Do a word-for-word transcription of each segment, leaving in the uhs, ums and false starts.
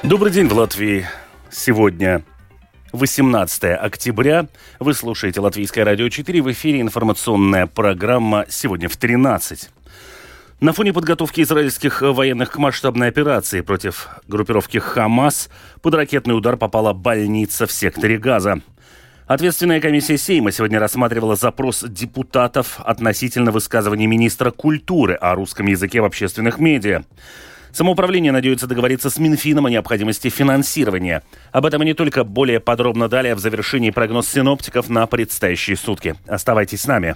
Добрый день в Латвии. Сегодня восемнадцатое октября. Вы слушаете Латвийское радио четыре. В эфире информационная программа «Сегодня в тринадцать». На фоне подготовки израильских военных к масштабной операции против группировки «Хамас» под ракетный удар попала больница в секторе Газа. Ответственная комиссия Сейма сегодня рассматривала запрос депутатов относительно высказываний министра культуры о русском языке в общественных медиа. Самоуправление надеется договориться с Минфином о необходимости финансирования. Об этом и не только, более подробно далее в завершении прогноз синоптиков на предстоящие сутки. Оставайтесь с нами.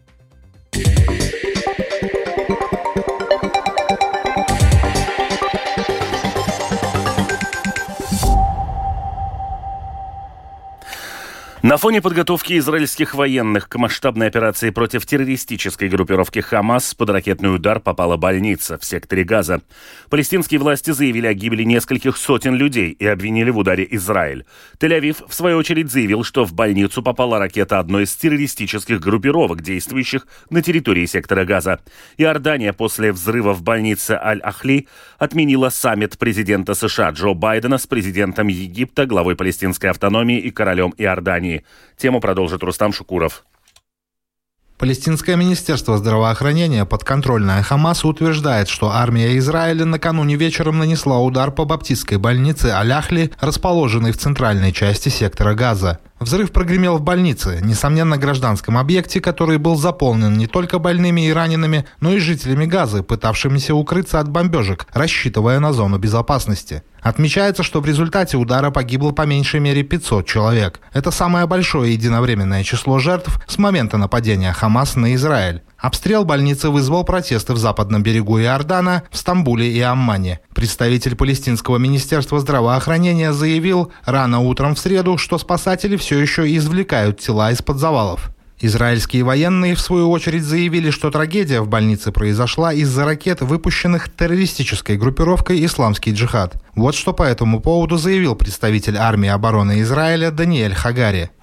На фоне подготовки израильских военных к масштабной операции против террористической группировки «Хамас» под ракетный удар попала больница в секторе Газа. Палестинские власти заявили о гибели нескольких сотен людей и обвинили в ударе Израиль. Тель-Авив, в свою очередь, заявил, что в больницу попала ракета одной из террористических группировок, действующих на территории сектора Газа. Иордания после взрыва в больнице Аль-Ахли отменила саммит президента США Джо Байдена с президентом Египта, главой палестинской автономии и королем Иордании. Тему продолжит Рустам Шукуров. Палестинское министерство здравоохранения, подконтрольное Хамасу, утверждает, что армия Израиля накануне вечером нанесла удар по баптистской больнице Аль-Ахли, расположенной в центральной части сектора Газа. Взрыв прогремел в больнице, несомненно, гражданском объекте, который был заполнен не только больными и ранеными, но и жителями Газы, пытавшимися укрыться от бомбежек, рассчитывая на зону безопасности. Отмечается, что в результате удара погибло по меньшей мере пятьсот человек. Это самое большое единовременное число жертв с момента нападения Хамас на Израиль. Обстрел больницы вызвал протесты в западном берегу Иордана, в Стамбуле и Аммане. Представитель палестинского министерства здравоохранения заявил рано утром в среду, что спасатели все еще извлекают тела из-под завалов. Израильские военные, в свою очередь, заявили, что трагедия в больнице произошла из-за ракет, выпущенных террористической группировкой «Исламский джихад». Вот что по этому поводу заявил представитель армии обороны Израиля Даниэль Хагари.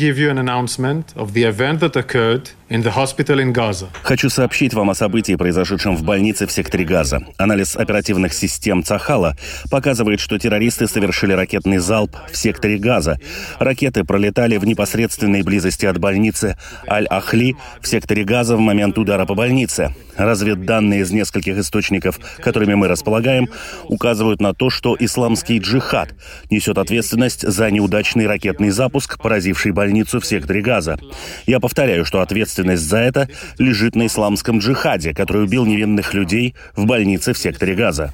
Хочу сообщить вам о событии, произошедшем в больнице в секторе Газа. Анализ оперативных систем Цахала показывает, что террористы совершили ракетный залп в секторе Газа. Ракеты пролетали в непосредственной близости от больницы Аль-Ахли в секторе Газа в момент удара по больнице. Разведданные из нескольких источников, которыми мы располагаем, указывают на то, что исламский джихад несет ответственность за неудачный ракетный запуск, поразивший больницу в секторе Газа. Я повторяю, что ответственность за это лежит на исламском джихаде, который убил невинных людей в больнице в секторе Газа.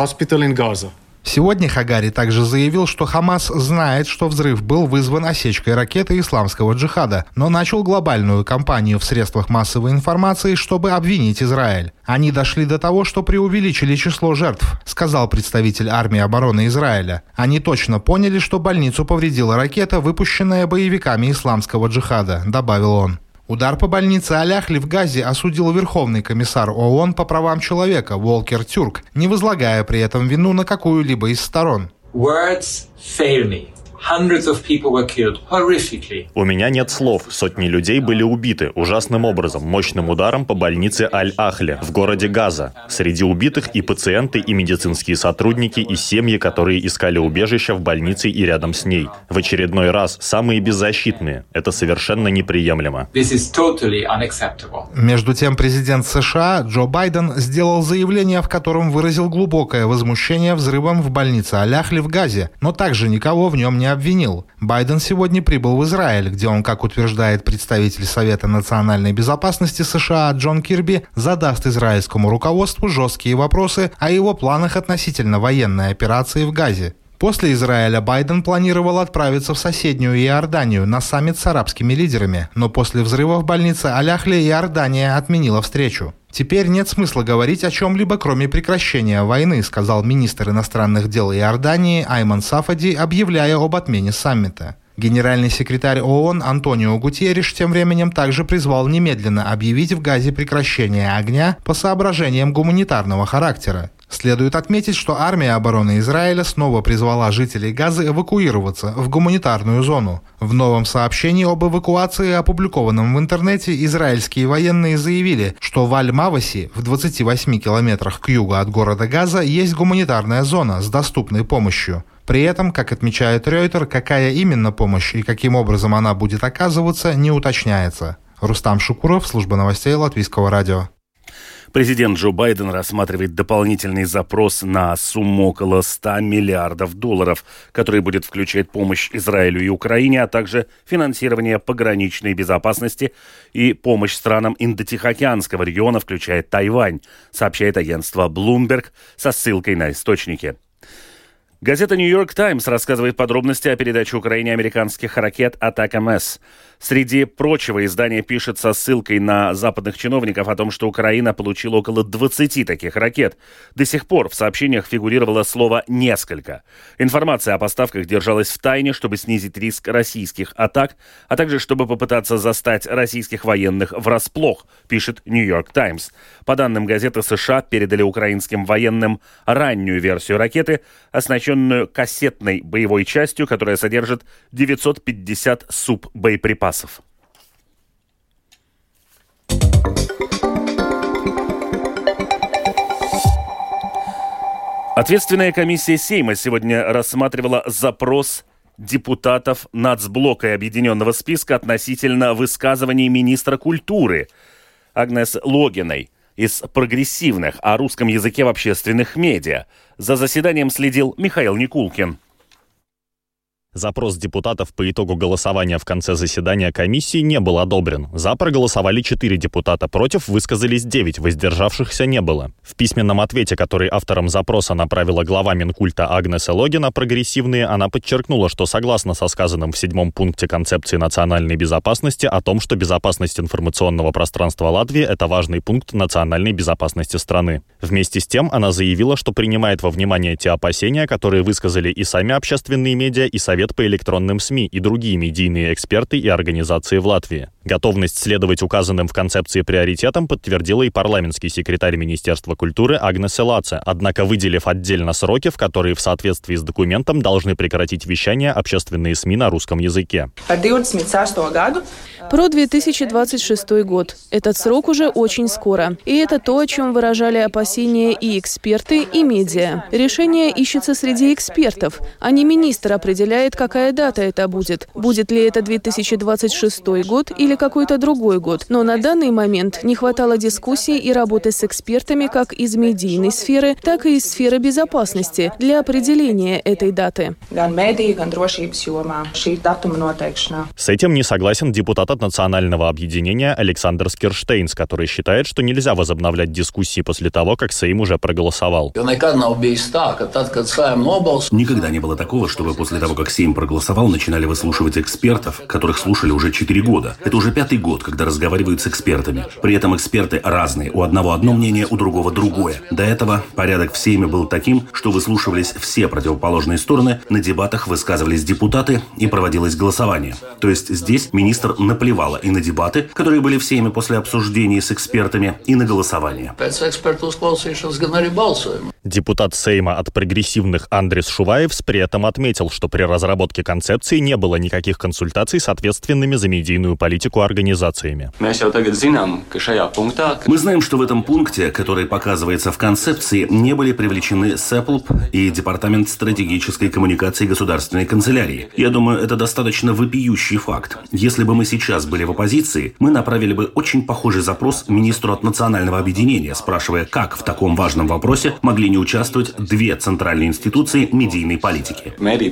Сегодня Хагари также заявил, что Хамас знает, что взрыв был вызван осечкой ракеты исламского джихада, но начал глобальную кампанию в средствах массовой информации, чтобы обвинить Израиль. Они дошли до того, что преувеличили число жертв, сказал представитель армии обороны Израиля. Они точно поняли, что больницу повредила ракета, выпущенная боевиками исламского джихада, добавил он. Удар по больнице Аль-Ахли в Газе осудил Верховный комиссар ООН по правам человека Волкер Тюрк, не возлагая при этом вину на какую-либо из сторон. Words fail me. Hundreds of people were killed horrifically. У меня нет слов. Сотни людей были убиты ужасным образом, мощным ударом по больнице Аль-Ахли в городе Газа. Среди убитых и пациенты, и медицинские сотрудники, и семьи, которые искали убежище в больнице и рядом с ней. В очередной раз самые беззащитные. Это совершенно неприемлемо. This is totally unacceptable. Между тем, президент США Джо Байден сделал заявление, в котором выразил глубокое возмущение взрывом в больнице Аль-Ахли в Газе, но также никого в нем не обвинил. Байден сегодня прибыл в Израиль, где он, как утверждает представитель Совета национальной безопасности США Джон Кирби, задаст израильскому руководству жесткие вопросы о его планах относительно военной операции в Газе. После Израиля Байден планировал отправиться в соседнюю Иорданию на саммит с арабскими лидерами, но после взрыва в больнице Аль-Ахли Иордания отменила встречу. «Теперь нет смысла говорить о чем-либо, кроме прекращения войны», сказал министр иностранных дел Иордании Айман Сафади, объявляя об отмене саммита. Генеральный секретарь ООН Антонио Гутьерриш тем временем также призвал немедленно объявить в Газе прекращение огня по соображениям гуманитарного характера. Следует отметить, что армия обороны Израиля снова призвала жителей Газы эвакуироваться в гуманитарную зону. В новом сообщении об эвакуации, опубликованном в интернете, израильские военные заявили, что в Аль-Маваси, в двадцати восьми километрах к югу от города Газа, есть гуманитарная зона с доступной помощью. При этом, как отмечает Рейтер, какая именно помощь и каким образом она будет оказываться, не уточняется. Рустам Шукуров, служба новостей Латвийского радио. Президент Джо Байден рассматривает дополнительный запрос на сумму около ста миллиардов долларов, который будет включать помощь Израилю и Украине, а также финансирование пограничной безопасности и помощь странам Индо-Тихоокеанского региона, включая Тайвань, сообщает агентство Bloomberg со ссылкой на источники. Газета «Нью-Йорк Таймс» рассказывает подробности о передаче Украине американских ракет «Атакамс». Среди прочего, издание пишет со ссылкой на западных чиновников о том, что Украина получила около двадцати таких ракет. До сих пор в сообщениях фигурировало слово «несколько». Информация о поставках держалась в тайне, чтобы снизить риск российских атак, а также чтобы попытаться застать российских военных врасплох, пишет «Нью-Йорк Таймс». По данным газеты, США передали украинским военным раннюю версию ракеты, оснащенную кассетной боевой частью, которая содержит девятьсот пятьдесят суббоеприпасов. Ответственная комиссия Сейма сегодня рассматривала запрос депутатов Нацблока и Объединенного списка относительно высказываний министра культуры Агнес Логиной из прогрессивных о русском языке в общественных медиа. За заседанием следил Михаил Никулкин. Запрос депутатов по итогу голосования в конце заседания комиссии не был одобрен. За проголосовали четыре депутата, против высказались девять, воздержавшихся не было. В письменном ответе, который авторам запроса направила глава Минкульта Агнеса Логина, прогрессивные, она подчеркнула, что согласна со сказанным в седьмом пункте концепции национальной безопасности о том, что безопасность информационного пространства Латвии – это важный пункт национальной безопасности страны. Вместе с тем она заявила, что принимает во внимание те опасения, которые высказали и сами общественные медиа, и Совет по электронным СМИ и другие медийные эксперты и организации в Латвии. Готовность следовать указанным в концепции приоритетам подтвердила и парламентский секретарь Министерства культуры Агнес Лаце, однако выделив отдельно сроки, в которые в соответствии с документом должны прекратить вещание общественные СМИ на русском языке. Про две тысячи двадцать шестой год. Этот срок уже очень скоро. И это то, о чем выражали опасения и эксперты, и медиа. Решение ищется среди экспертов, а не министр определяет, какая дата это будет. Будет ли это две тысячи двадцать шестой год или какой-то другой год. Но на данный момент не хватало дискуссий и работы с экспертами как из медийной сферы, так и из сферы безопасности для определения этой даты. С этим не согласен депутат от Национального объединения Александр Скирштейнс, который считает, что нельзя возобновлять дискуссии после того, как Сейм уже проголосовал. Никогда не было такого, чтобы после того, как Сейм проголосовал, начинали выслушивать экспертов, которых слушали уже четыре года. Это уже пятый год, когда разговаривают с экспертами. При этом эксперты разные. У одного одно мнение, у другого другое. До этого порядок в Сейме был таким, что выслушивались все противоположные стороны, на дебатах высказывались депутаты и проводилось голосование. То есть здесь министр наплевала и на дебаты, которые были в Сейме после обсуждений с экспертами, и на голосование. Депутат Сейма от прогрессивных Андрис Шуваевс при этом отметил, что при разработке концепции не было никаких консультаций с ответственными за медийную политику организациями. Мы знаем, что в этом пункте, который показывается в концепции, не были привлечены СЭПЛП и Департамент стратегической коммуникации Государственной канцелярии. Я думаю, это достаточно вопиющий факт. Если бы мы сейчас были в оппозиции, мы направили бы очень похожий запрос министру от Национального объединения, спрашивая, как в таком важном вопросе могли не участвовать две центральные институции медийной политики.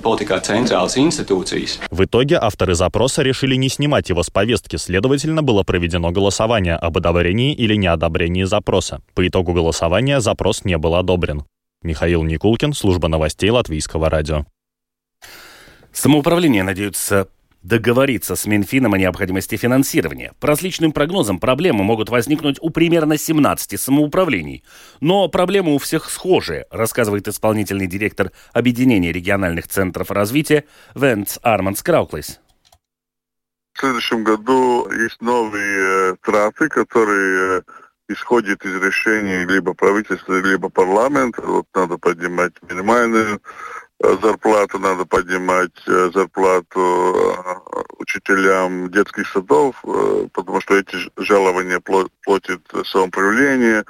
В итоге авторы запроса решили не снимать его с повестки, следовательно, было проведено голосование об одобрении или неодобрении запроса. По итогу голосования запрос не был одобрен. Михаил Никулкин, служба новостей Латвийского радио. Самоуправление надеются договориться с Минфином о необходимости финансирования. По различным прогнозам проблемы могут возникнуть у примерно семнадцати самоуправлений. Но проблемы у всех схожие, рассказывает исполнительный директор Объединения региональных центров развития Венц Армандс Крауклис. В следующем году есть новые э, траты, которые исходит из решений либо правительства, либо парламента. Вот надо поднимать минимальную зарплату, надо поднимать зарплату учителям детских садов, потому что эти жалования платит самоуправление.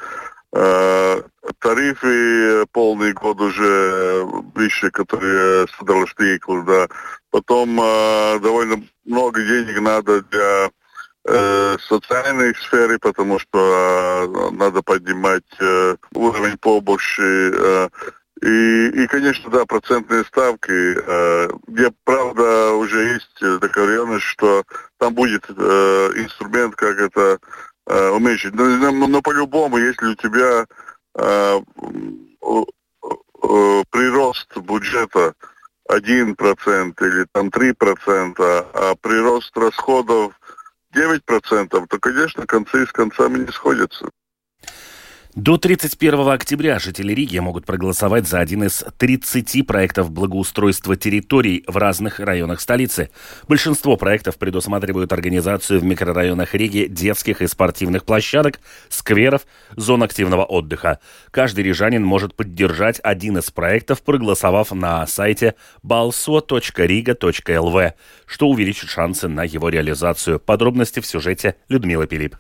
Тарифы полный год уже выше, которые создали, да. Потом довольно много денег надо для социальной сферы, потому что надо поднимать уровень помощи. И, и, конечно, да, процентные ставки, э, где, правда, уже есть договоренность, что там будет э, инструмент, как это э, уменьшить. Но, но, но по-любому, если у тебя э, э, прирост бюджета один процент или там три процента, а прирост расходов девять процентов, то, конечно, концы с концами не сходятся. До тридцать первого октября жители Риги могут проголосовать за один из тридцати проектов благоустройства территорий в разных районах столицы. Большинство проектов предусматривают организацию в микрорайонах Риги детских и спортивных площадок, скверов, зон активного отдыха. Каждый рижанин может поддержать один из проектов, проголосовав на сайте balso точка riga точка эл ви, что увеличит шансы на его реализацию. Подробности в сюжете Людмилы Пилип.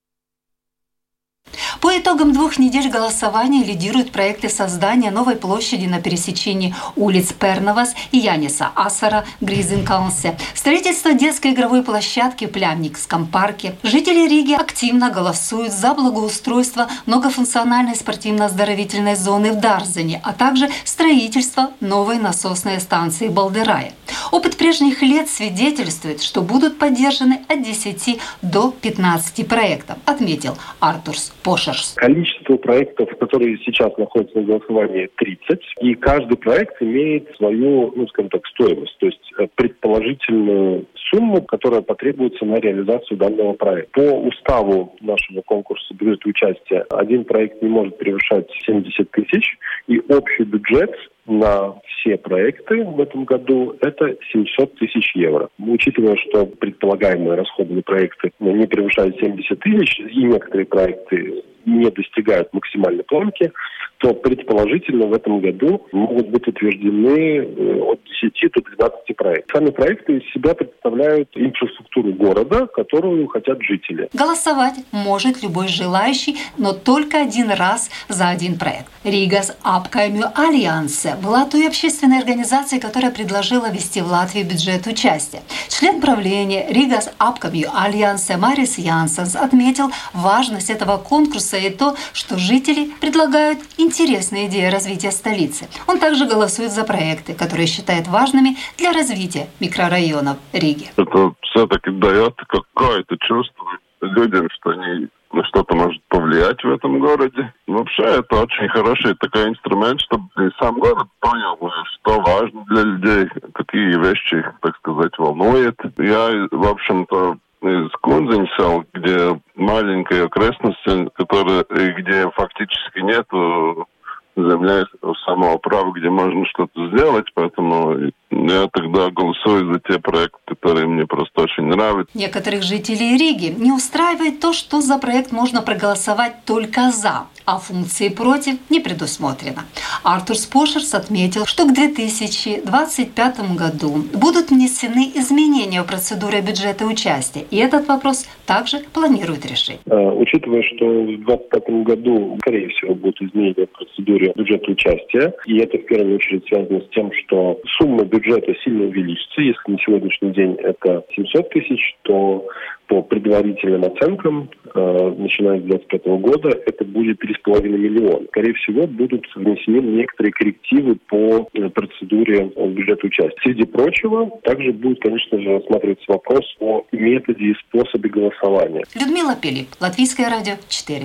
По итогам двух недель голосования лидируют проекты создания новой площади на пересечении улиц Перновас и Яниса Асара в Гризенкаунсе, строительство детской игровой площадки в Плямникском парке. Жители Риги активно голосуют за благоустройство многофункциональной спортивно-оздоровительной зоны в Дарзене, а также строительство новой насосной станции Балдерая. Опыт прежних лет свидетельствует, что будут поддержаны от десяти до пятнадцати проектов, отметил Артурс Пошерс. Количество проектов, которые сейчас находятся на голосовании, тридцать, и каждый проект имеет свою, ну, скажем так, стоимость, то есть предположительную сумму, которая потребуется на реализацию данного проекта. По уставу нашего конкурса бюджета участия один проект не может превышать семьдесят тысяч, и общий бюджет на все проекты в этом году это семьсот тысяч евро. Учитывая, что предполагаемые расходы на проекты не превышают семьдесят тысяч, и некоторые проекты не достигают максимальной планки, то предположительно в этом году могут быть утверждены от десяти до двенадцати проектов. Сами проекты из себя представляют инфраструктуру города, которую хотят жители. Голосовать может любой желающий, но только один раз за один проект. Ригас Апкаймю Альянсе была той общественной организацией, которая предложила ввести в Латвии бюджет участия. Член правления Ригас Апкаймю Альянсе Марис Янсенс отметил важность этого конкурса и то, что жители предлагают интересные идеи развития столицы. Он также голосует за проекты, которые считает важными для развития микрорайонов Риги. Это все-таки дает какое-то чувство людям, что они на что-то может повлиять в этом городе. Вообще, это очень хороший такой инструмент, чтобы сам город понял, что важно для людей, какие вещи их, так сказать, волнуют. Я, в общем-то, из Кунзенсел, где маленькая окрестность, которая, где фактически нету земли самого права, где можно что-то сделать, поэтому я тогда голосую за те проекты, которые мне просто очень нравятся. Некоторых жителей Риги не устраивает то, что за проект можно проголосовать только «за», а функции «против» не предусмотрено. Артур Спошерс отметил, что к две тысячи двадцать пятому году будут внесены изменения в процедуру бюджета участия, и этот вопрос также планирует решить. Учитывая, что в две тысячи двадцать пятом году, скорее всего, будут изменения в процедуре бюджета участия, и это в первую очередь связано с тем, что сумма бюджета сильно увеличится. Если на сегодняшний день это семьсот тысяч, то по предварительным оценкам, э, начиная с две тысячи двадцать пятого года, это будет три с половиной миллиона. Скорее всего, будут внесены некоторые коррективы по процедуре бюджета участия. Среди прочего, также будет, конечно же, рассматриваться вопрос о методе и способе голосования. Людмила Пилип, Латвийское радио четыре.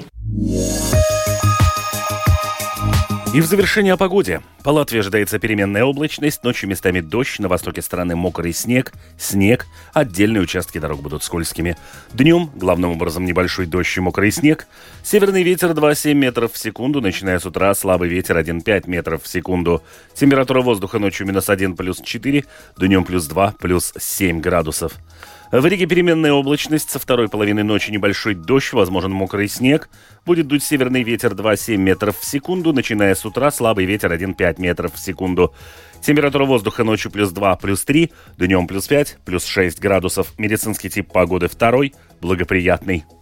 И в завершение о погоде. По Латвии ожидается переменная облачность, ночью местами дождь, на востоке страны мокрый снег, снег, отдельные участки дорог будут скользкими. Днем, главным образом, небольшой дождь и мокрый снег. Северный ветер два целых семь метров в секунду, начиная с утра слабый ветер один целых пять метров в секунду. Температура воздуха ночью минус один, плюс четыре, днем плюс два, плюс семь градусов. В Риге переменная облачность, со второй половины ночи небольшой дождь, возможен мокрый снег. Будет дуть северный ветер два целых семь десятых метров в секунду, начиная с утра слабый ветер один целых пять десятых метров в секунду. Температура воздуха ночью плюс два, плюс три, днем плюс пять, плюс шесть градусов. Медицинский тип погоды второй, благоприятный.